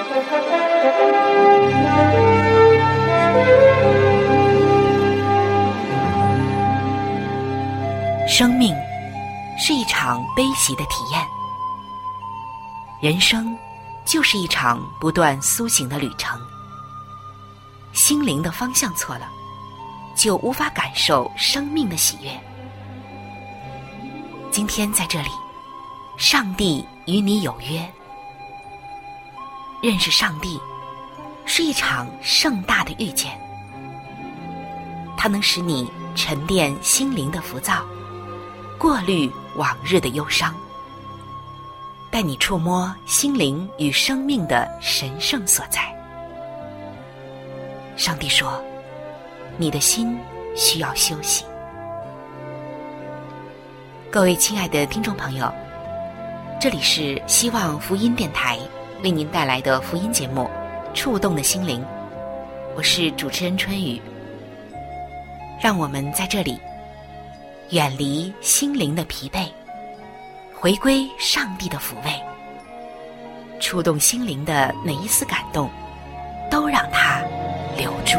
生命是一场悲喜的体验，人生就是一场不断苏醒的旅程。心灵的方向错了，就无法感受生命的喜悦。今天在这里，上帝与你有约。认识上帝是一场盛大的遇见，它能使你沉淀心灵的浮躁，过滤往日的忧伤，带你触摸心灵与生命的神圣所在。上帝说，你的心需要休息。各位亲爱的听众朋友，这里是希望福音电台为您带来的福音节目《触动的心灵》，我是主持人春雨。让我们在这里远离心灵的疲惫，回归上帝的抚慰，触动心灵的每一丝感动，都让它留住。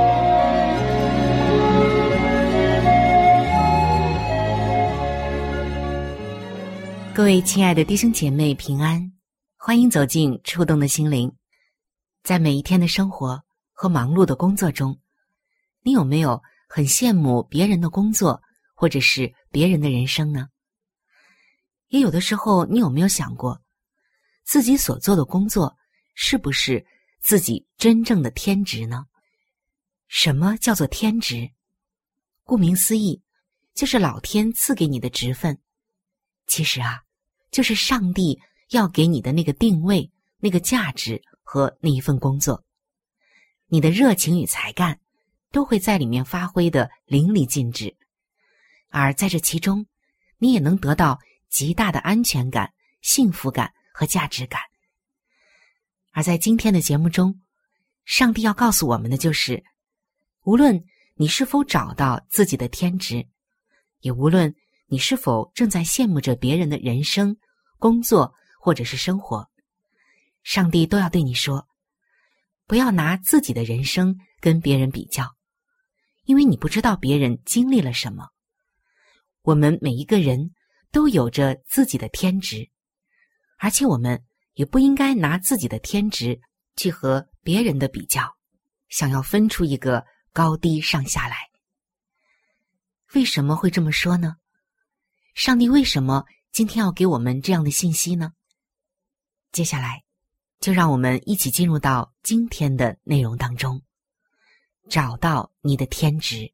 各位亲爱的弟兄姐妹平安，欢迎走进触动的心灵。在每一天的生活和忙碌的工作中，你有没有很羡慕别人的工作或者是别人的人生呢？也有的时候，你有没有想过，自己所做的工作是不是自己真正的天职呢？什么叫做天职？顾名思义，就是老天赐给你的职分。其实啊，就是上帝要给你的那个定位、那个价值和那一份工作。你的热情与才干都会在里面发挥的淋漓尽致，而在这其中，你也能得到极大的安全感、幸福感和价值感。而在今天的节目中，上帝要告诉我们的就是，无论你是否找到自己的天职，也无论你是否正在羡慕着别人的人生、工作或者是生活，上帝都要对你说，不要拿自己的人生跟别人比较，因为你不知道别人经历了什么。我们每一个人都有着自己的天职，而且我们也不应该拿自己的天职去和别人的比较，想要分出一个高低上下来。为什么会这么说呢？上帝为什么今天要给我们这样的信息呢？接下来就让我们一起进入到今天的内容当中，找到你的天职。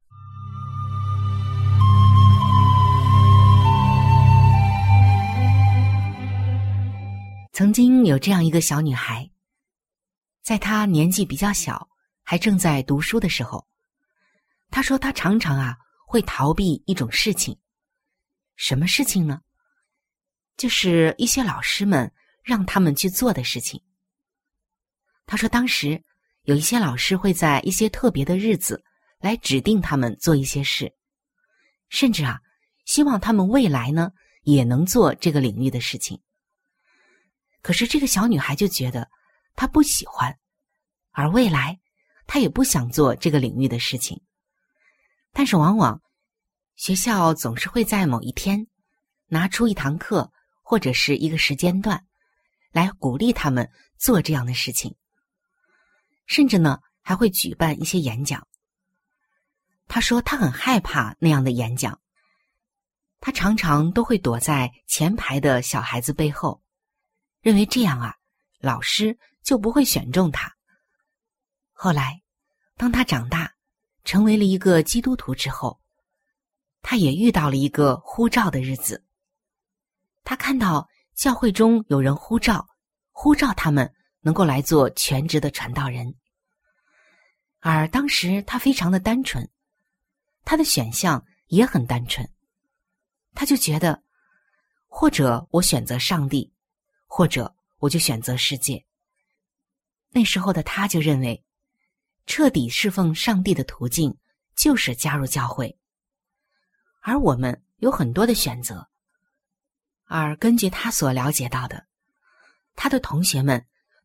曾经有这样一个小女孩，在她年纪比较小，还正在读书的时候，她说她常常会逃避一种事情。什么事情呢？就是一些老师们让他们去做的事情。她说当时有一些老师会在一些特别的日子来指定他们做一些事，甚至希望他们未来呢也能做这个领域的事情。可是这个小女孩就觉得她不喜欢，而未来她也不想做这个领域的事情。但是往往学校总是会在某一天拿出一堂课或者是一个时间段来鼓励他们做这样的事情，甚至呢还会举办一些演讲。他说他很害怕那样的演讲，他常常都会躲在前排的小孩子背后，认为这样老师就不会选中他。后来当他长大成为了一个基督徒之后，他也遇到了一个呼召的日子。他看到教会中有人呼召他们能够来做全职的传道人。而当时他非常的单纯，他的选项也很单纯，他就觉得或者我选择上帝，或者我就选择世界。那时候的他就认为，彻底侍奉上帝的途径就是加入教会。而我们有很多的选择，而根据他所了解到的，他的同学们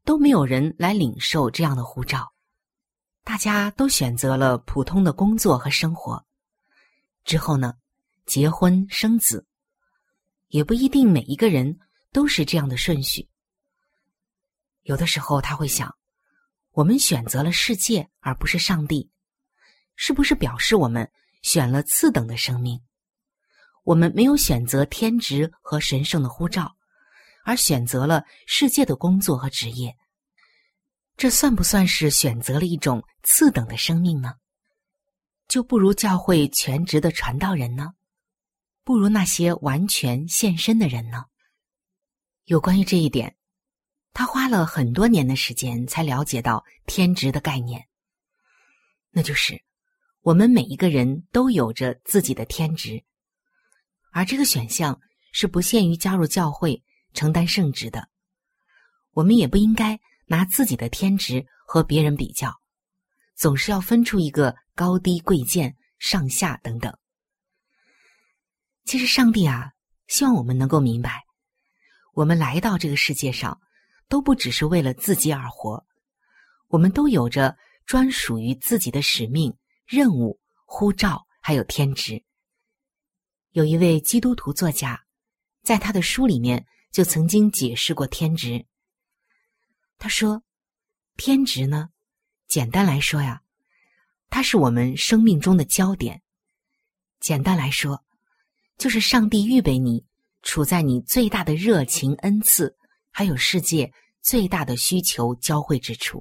都没有人来领受这样的呼召，大家都选择了普通的工作和生活。之后呢，结婚生子，也不一定每一个人都是这样的顺序。有的时候他会想，我们选择了世界而不是上帝，是不是表示我们选了次等的生命？我们没有选择天职和神圣的呼召，而选择了世界的工作和职业，这算不算是选择了一种次等的生命呢？就不如教会全职的传道人呢？不如那些完全献身的人呢？有关于这一点，他花了很多年的时间才了解到天职的概念，那就是我们每一个人都有着自己的天职，而这个选项是不限于加入教会承担圣职的。我们也不应该拿自己的天职和别人比较，总是要分出一个高低贵贱、上下等等。其实上帝啊，希望我们能够明白，我们来到这个世界上都不只是为了自己而活，我们都有着专属于自己的使命、任务、呼召还有天职。有一位基督徒作家在他的书里面就曾经解释过天职。他说，天职呢，简单来说呀，它是我们生命中的焦点。简单来说，就是上帝预备你处在你最大的热情恩赐还有世界最大的需求交汇之处。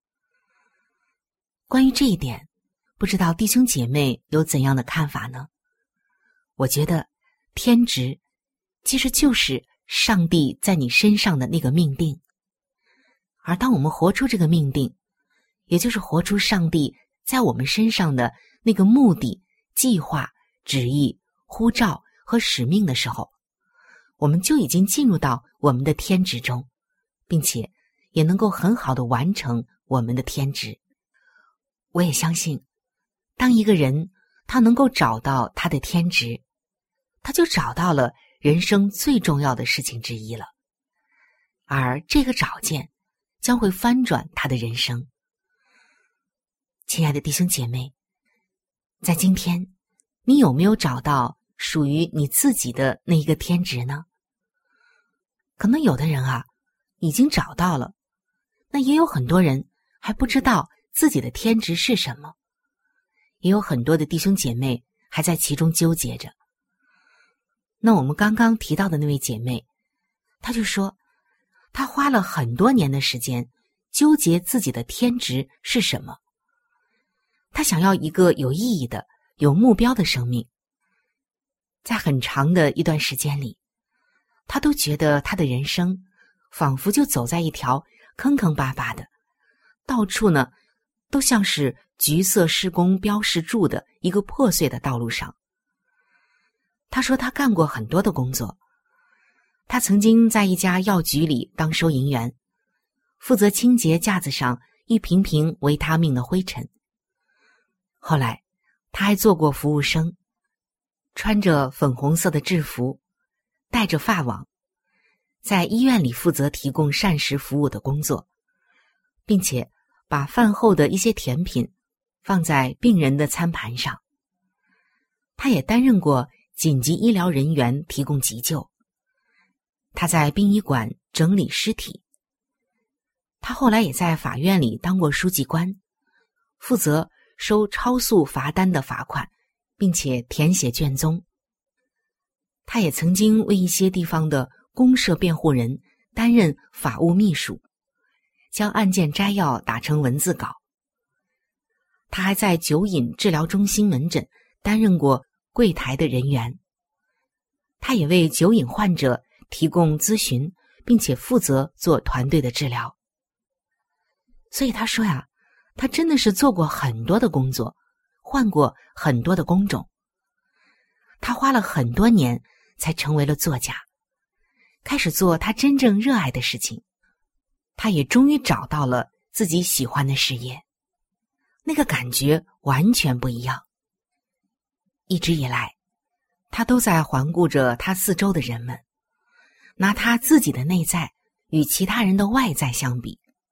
关于这一点，不知道弟兄姐妹有怎样的看法呢？我觉得天职其实就是上帝在你身上的那个命定，而当我们活出这个命定，也就是活出上帝在我们身上的那个目的、计划、旨意、呼召和使命的时候，我们就已经进入到我们的天职中，并且也能够很好的完成我们的天职。我也相信，当一个人他能够找到他的天职，他就找到了人生最重要的事情之一了，而这个找见将会翻转他的人生。亲爱的弟兄姐妹，在今天，你有没有找到属于你自己的那一个天职呢？可能有的人啊，已经找到了，那也有很多人还不知道自己的天职是什么，也有很多的弟兄姐妹还在其中纠结着。那我们刚刚提到的那位姐妹，她就说，她花了很多年的时间纠结自己的天职是什么。她想要一个有意义的、有目标的生命。在很长的一段时间里，她都觉得她的人生仿佛就走在一条坑坑巴巴的，到处呢都像是橘色施工标示柱的一个破碎的道路上。他说他干过很多的工作，他曾经在一家药局里当收银员，负责清洁架子上一瓶瓶维他命的灰尘。后来他还做过服务生，穿着粉红色的制服，戴着发网，在医院里负责提供膳食服务的工作，并且把饭后的一些甜品放在病人的餐盘上。他也担任过紧急医疗人员，提供急救。他在殡仪馆整理尸体。他后来也在法院里当过书记官，负责收超速罚单的罚款，并且填写卷宗。他也曾经为一些地方的公社辩护人担任法务秘书，将案件摘要打成文字稿。他还在酒瘾治疗中心门诊担任过柜台的人员。他也为酒瘾患者提供咨询，并且负责做团队的治疗。所以他说呀，他真的是做过很多的工作，换过很多的工种。他花了很多年才成为了作家，开始做他真正热爱的事情。他也终于找到了自己喜欢的事业，那个感觉完全不一样。一直以来，他都在环顾着他四周的人们，拿他自己的内在与其他人的外在相比，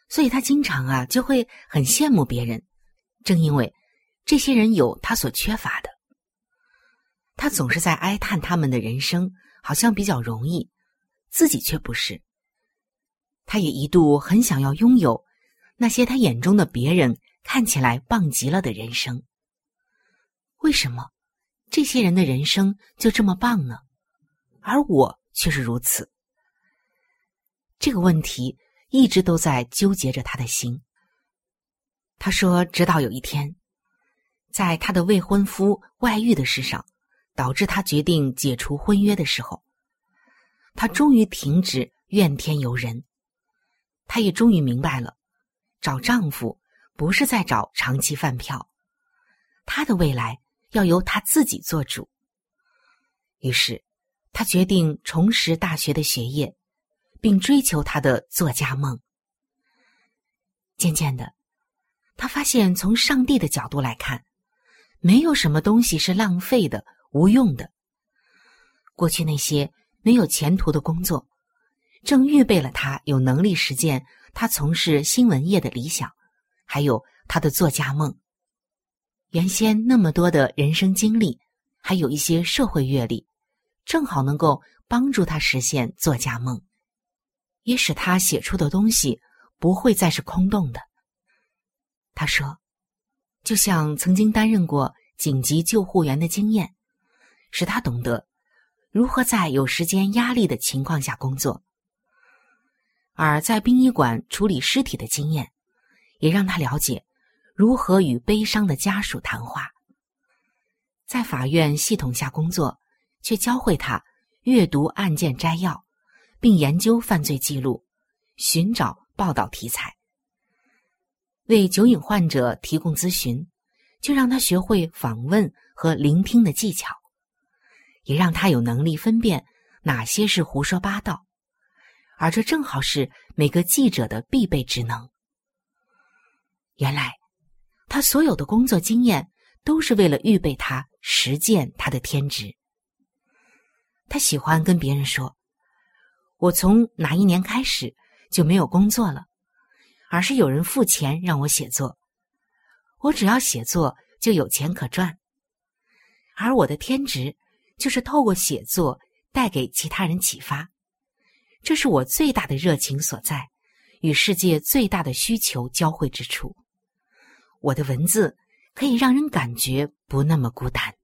所以他经常就会很羡慕别人，正因为这些人有他所缺乏的。他总是在哀叹他们的人生好像比较容易，自己却不是。他也一度很想要拥有那些他眼中的别人看起来棒极了的人生。为什么这些人的人生就这么棒呢？而我却是如此。这个问题一直都在纠结着他的心。他说，直到有一天，在他的未婚夫外遇的事上，导致他决定解除婚约的时候，他终于停止怨天尤人。他也终于明白了，找丈夫不是在找长期饭票，他的未来要由他自己做主。于是他决定重拾大学的学业，并追求他的作家梦。渐渐的，他发现从上帝的角度来看，没有什么东西是浪费的、无用的。过去那些没有前途的工作，正预备了他有能力实践他从事新闻业的理想，还有他的作家梦。原先那么多的人生经历，还有一些社会阅历，正好能够帮助他实现作家梦，也使他写出的东西不会再是空洞的。他说，就像曾经担任过紧急救护员的经验，使他懂得如何在有时间压力的情况下工作，而在殡仪馆处理尸体的经验，也让他了解如何与悲伤的家属谈话。在法院系统下工作，却教会他阅读案件摘要，并研究犯罪记录，寻找报道题材。为酒瘾患者提供咨询，就让他学会访问和聆听的技巧，也让他有能力分辨哪些是胡说八道，而这正好是每个记者的必备职能。原来他所有的工作经验都是为了预备他实践他的天职。他喜欢跟别人说，我从哪一年开始就没有工作了，而是有人付钱让我写作，我只要写作就有钱可赚，而我的天职就是透过写作带给其他人启发，这是我最大的热情所在，与世界最大的需求交汇之处。我的文字可以让人感觉不那么孤单。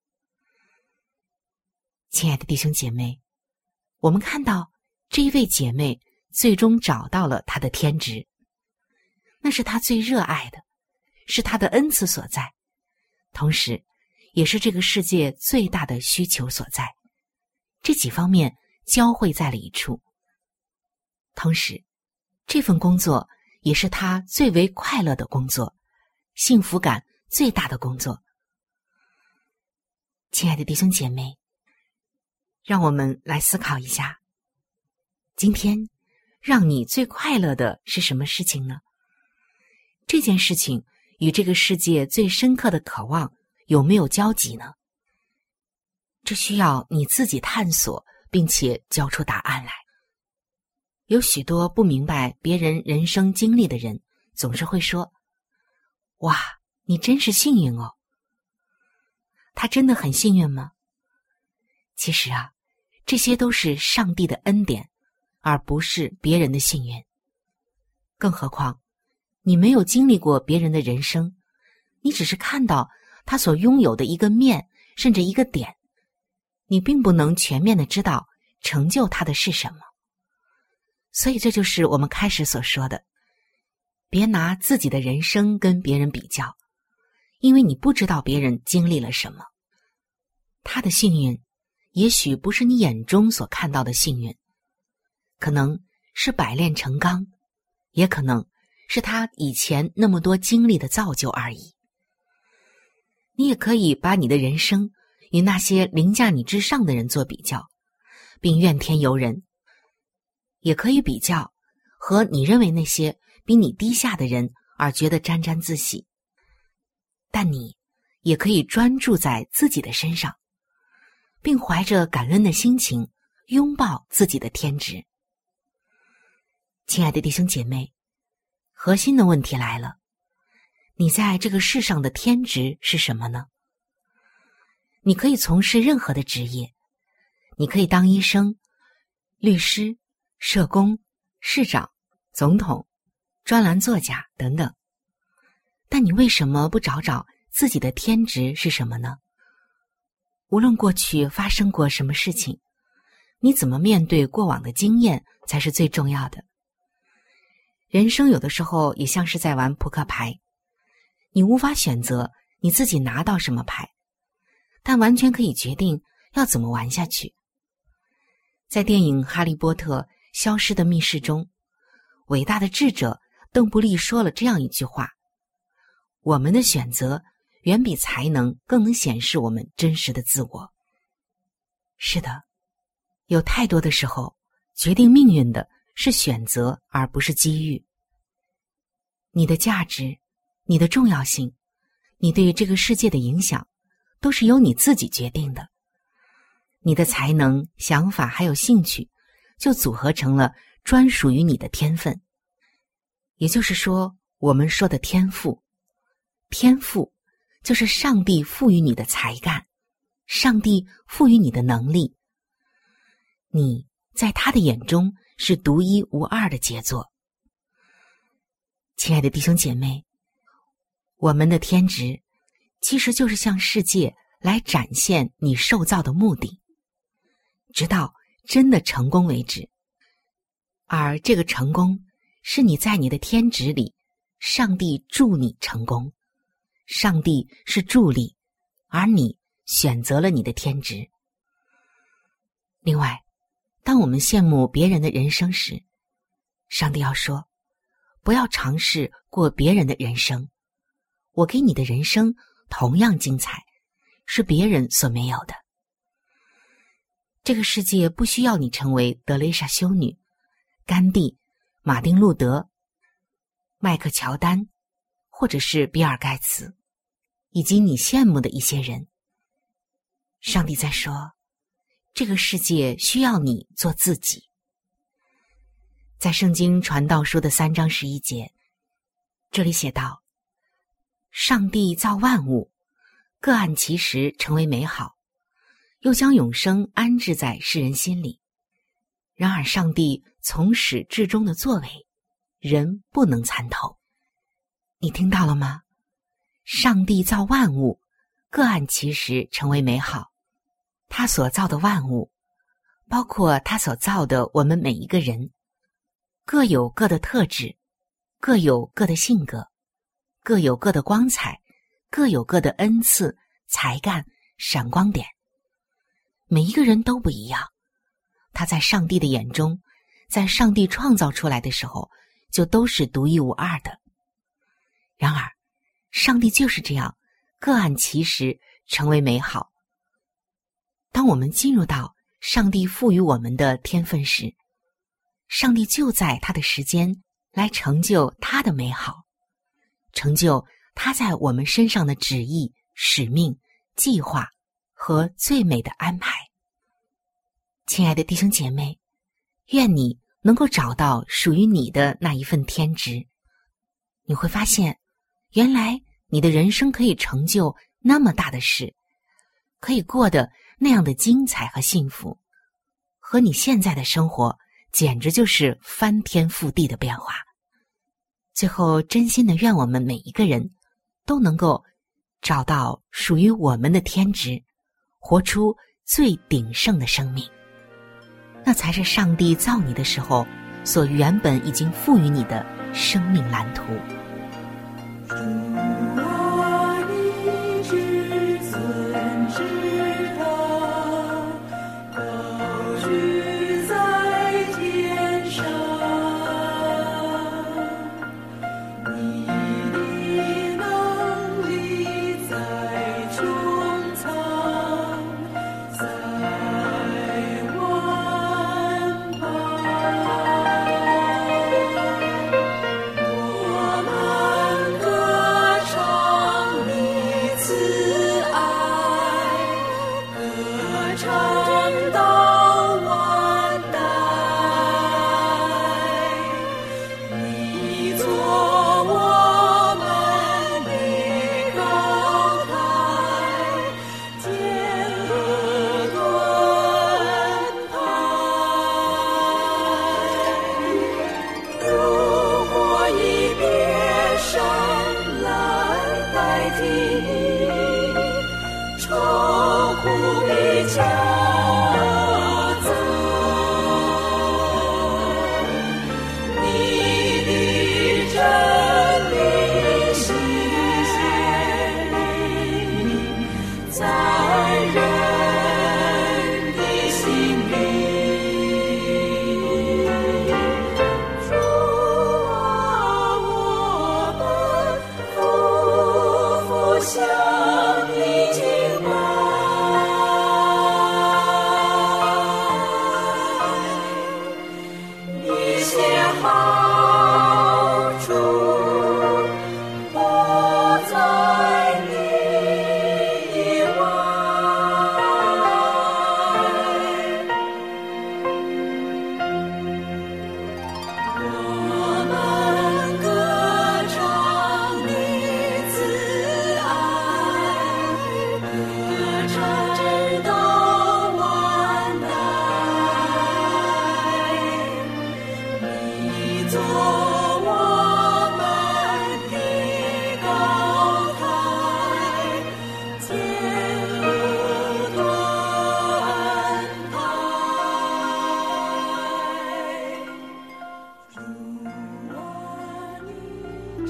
亲爱的弟兄姐妹，我们看到这一位姐妹最终找到了她的天职，那是她最热爱的，是她的恩赐所在，同时也是这个世界最大的需求所在。这几方面交汇在了一处，同时这份工作也是她最为快乐的工作，幸福感最大的工作。亲爱的弟兄姐妹，让我们来思考一下，今天让你最快乐的是什么事情呢？这件事情与这个世界最深刻的渴望有没有交集呢？这需要你自己探索，并且交出答案来。有许多不明白别人人生经历的人，总是会说，哇，你真是幸运哦。他真的很幸运吗？其实这些都是上帝的恩典，而不是别人的幸运。更何况你没有经历过别人的人生，你只是看到他所拥有的一个面，甚至一个点，你并不能全面的知道成就他的是什么。所以这就是我们开始所说的，别拿自己的人生跟别人比较，因为你不知道别人经历了什么。他的幸运也许不是你眼中所看到的幸运，可能是百炼成钢，也可能是他以前那么多经历的造就而已。你也可以把你的人生与那些凌驾你之上的人做比较，并怨天尤人，也可以比较和你认为那些比你低下的人而觉得沾沾自喜。但你也可以专注在自己的身上，并怀着感恩的心情拥抱自己的天职。亲爱的弟兄姐妹， 核心的问题来了，你在这个世上的天职是什么呢？你可以从事任何的职业，你可以当医生、律师、社工、市长、总统、专栏作家等等。但你为什么不找找自己的天职是什么呢？无论过去发生过什么事情，你怎么面对过往的经验才是最重要的。人生有的时候也像是在玩扑克牌，你无法选择你自己拿到什么牌，但完全可以决定要怎么玩下去。在电影《哈利波特：消失的密室》中，伟大的智者邓布利说了这样一句话：我们的选择远比才能更能显示我们真实的自我。是的，有太多的时候，决定命运的是选择，而不是机遇。你的价值，你的重要性，你对这个世界的影响，都是由你自己决定的。你的才能、想法还有兴趣，就组合成了专属于你的天分。也就是说，我们说的天赋，天赋就是上帝赋予你的才干，上帝赋予你的能力。你在他的眼中是独一无二的杰作。亲爱的弟兄姐妹，我们的天职其实就是向世界来展现你受造的目的，直到真的成功为止。而这个成功是你在你的天职里，上帝助你成功。上帝是助力，而你选择了你的天职。另外，当我们羡慕别人的人生时，上帝要说，不要尝试过别人的人生，我给你的人生同样精彩，是别人所没有的。这个世界不需要你成为德蕾莎修女、甘地、马丁路德、麦克乔丹，或者是比尔盖茨，以及你羡慕的一些人。上帝在说，这个世界需要你做自己。在圣经传道书的3章11节，这里写道，上帝造万物，各按其时成为美好，又将永生安置在世人心里。然而上帝从始至终的作为，人不能参透。你听到了吗？上帝造万物，各按其时成为美好。他所造的万物，包括他所造的我们每一个人，各有各的特质，各有各的性格，各有各的光彩，各有各的恩赐、才干、闪光点。每一个人都不一样，他在上帝的眼中，在上帝创造出来的时候，就都是独一无二的。然而，上帝就是这样，各按其时成为美好。当我们进入到上帝赋予我们的天分时，上帝就在他的时间来成就他的美好，成就他在我们身上的旨意、使命、计划和最美的安排。亲爱的弟兄姐妹，愿你能够找到属于你的那一份天职。你会发现，原来你的人生可以成就那么大的事，可以过得那样的精彩和幸福，和你现在的生活简直就是翻天覆地的变化。最后，真心的愿我们每一个人都能够找到属于我们的天职，活出最鼎盛的生命。那才是上帝造你的时候所原本已经赋予你的生命蓝图。 我好处不在你以外。我们歌唱你慈爱，歌唱直到万代。你做我们的高台，坚如盾牌。主啊，你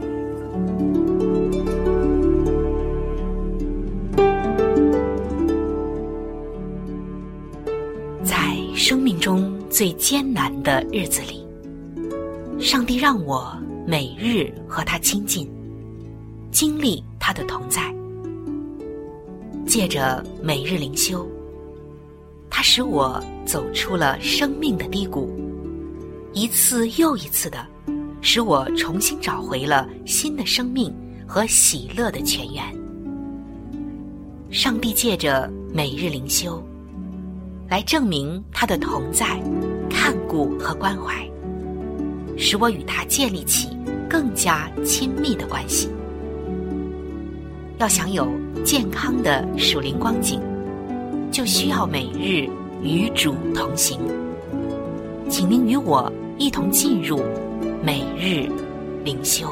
在生命中最艰难的日子里，上帝让我每日和他亲近，经历他的同在。借着每日灵修，他使我走出了生命的低谷，一次又一次的使我重新找回了新的生命和喜乐的泉源。上帝借着每日灵修来证明他的同在、看顾和关怀，使我与他建立起更加亲密的关系。要享有健康的属灵光景，就需要每日与主同行。请您与我一同进入每日灵修。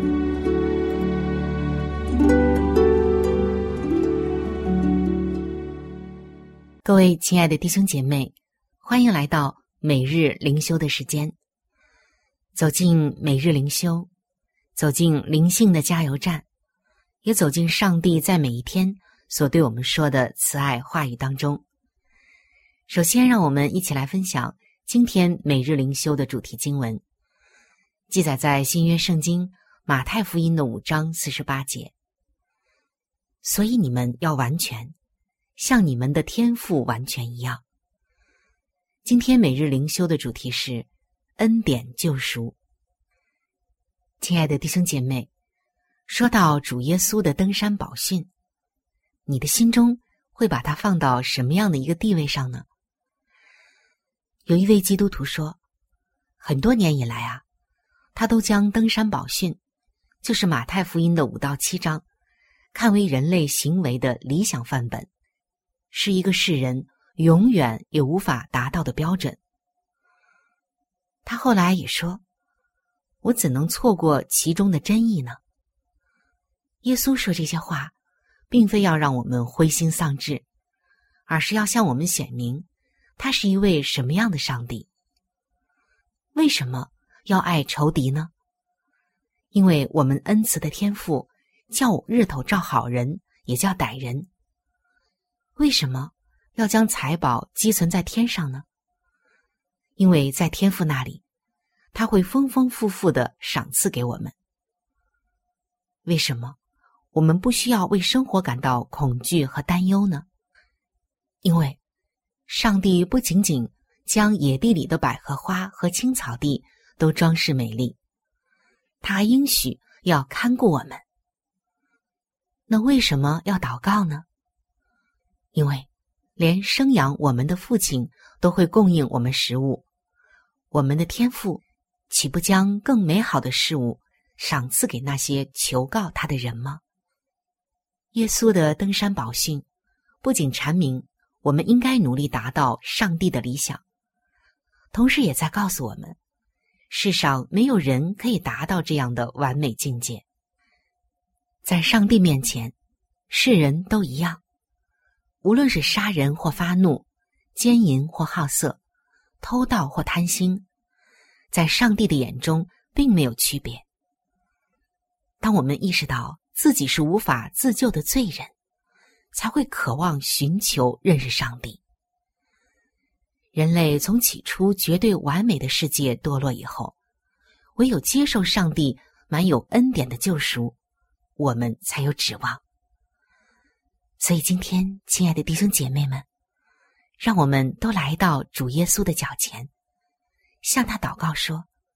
各位亲爱的弟兄姐妹，欢迎来到每日灵修的时间。走进每日灵修，走进灵性的加油站，也走进上帝在每一天所对我们说的慈爱话语当中。首先让我们一起来分享今天每日灵修的主题经文，记载在新约圣经马太福音的5章48节。所以你们要完全，像你们的天父完全一样。今天每日灵修的主题是恩典救赎。亲爱的弟兄姐妹，说到主耶稣的登山宝训，你的心中会把它放到什么样的一个地位上呢？有一位基督徒说，很多年以来啊，他都将登山宝训，就是马太福音的5到7章，看为人类行为的理想范本，是一个世人永远也无法达到的标准。他后来也说，我怎能错过其中的真意呢？耶稣说这些话，并非要让我们灰心丧志，而是要向我们显明，他是一位什么样的上帝。为什么要爱仇敌呢？因为我们恩慈的天父叫日头照好人，也叫歹人。为什么要将财宝积存在天上呢？因为在天父那里，他会丰丰富富地赏赐给我们。为什么我们不需要为生活感到恐惧和担忧呢？因为上帝不仅仅将野地里的百合花和青草地都装饰美丽，他应许要看顾我们。那为什么要祷告呢？因为连生养我们的父亲都会供应我们食物，我们的天父岂不将更美好的事物赏赐给那些求告他的人吗？耶稣的登山宝训不仅阐明我们应该努力达到上帝的理想，同时也在告诉我们，世上没有人可以达到这样的完美境界。在上帝面前，世人都一样，无论是杀人或发怒，奸淫或好色，偷盗或贪心，在上帝的眼中并没有区别。当我们意识到自己是无法自救的罪人，才会渴望寻求认识上帝。人类从起初绝对完美的世界堕落以后，唯有接受上帝满有恩典的救赎，我们才有指望。所以今天，亲爱的弟兄姐妹们，让我们都来到主耶稣的脚前，向他祷告说，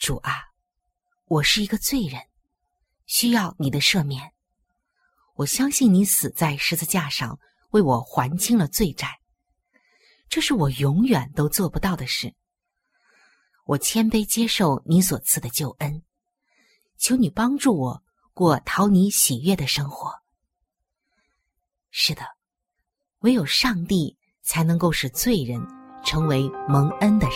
主啊，我是一个罪人，需要你的赦免。我相信你死在十字架上，为我还清了罪债。这是我永远都做不到的事。我谦卑接受你所赐的救恩，求你帮助我过讨你喜悦的生活。是的，唯有上帝才能够使罪人成为蒙恩的人。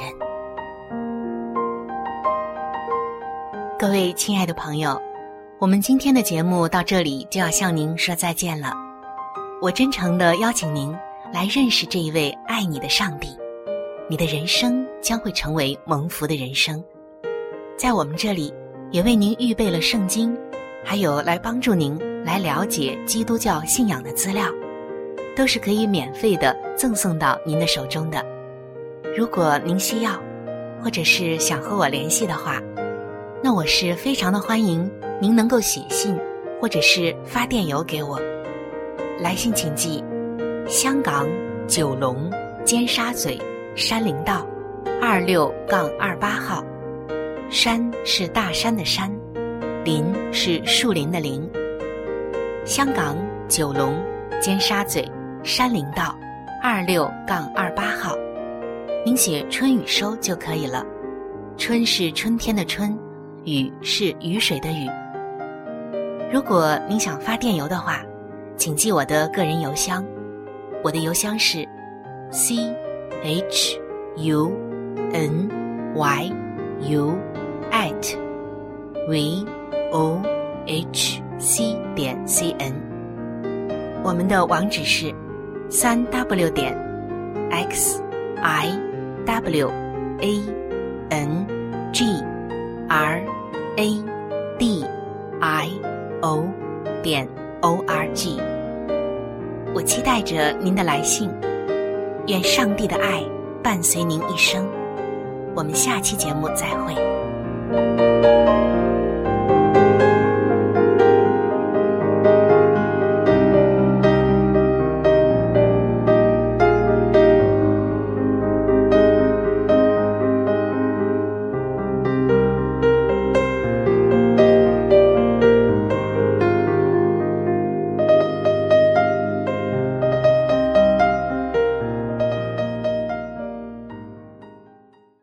各位亲爱的朋友，我们今天的节目到这里就要向您说再见了。我真诚地邀请您来认识这一位爱你的上帝，你的人生将会成为蒙福的人生。在我们这里也为您预备了圣经，还有来帮助您来了解基督教信仰的资料，都是可以免费的赠送到您的手中的。如果您需要，或者是想和我联系的话，那我是非常的欢迎您能够写信或者是发电邮给我。来信请寄香港九龙尖沙咀山林道26-28号，山是大山的山，林是树林的林。香港九龙尖沙咀山林道26-28号，您写春雨收就可以了。春是春天的春，雨是雨水的雨。如果您想发电邮的话，请寄我的个人邮箱，我的邮箱是 CHUNYU@vohc.cn， 我们的网址是www.xiwrangradio.org。 我期待着您的来信，愿上帝的爱伴随您一生。我们下期节目再会。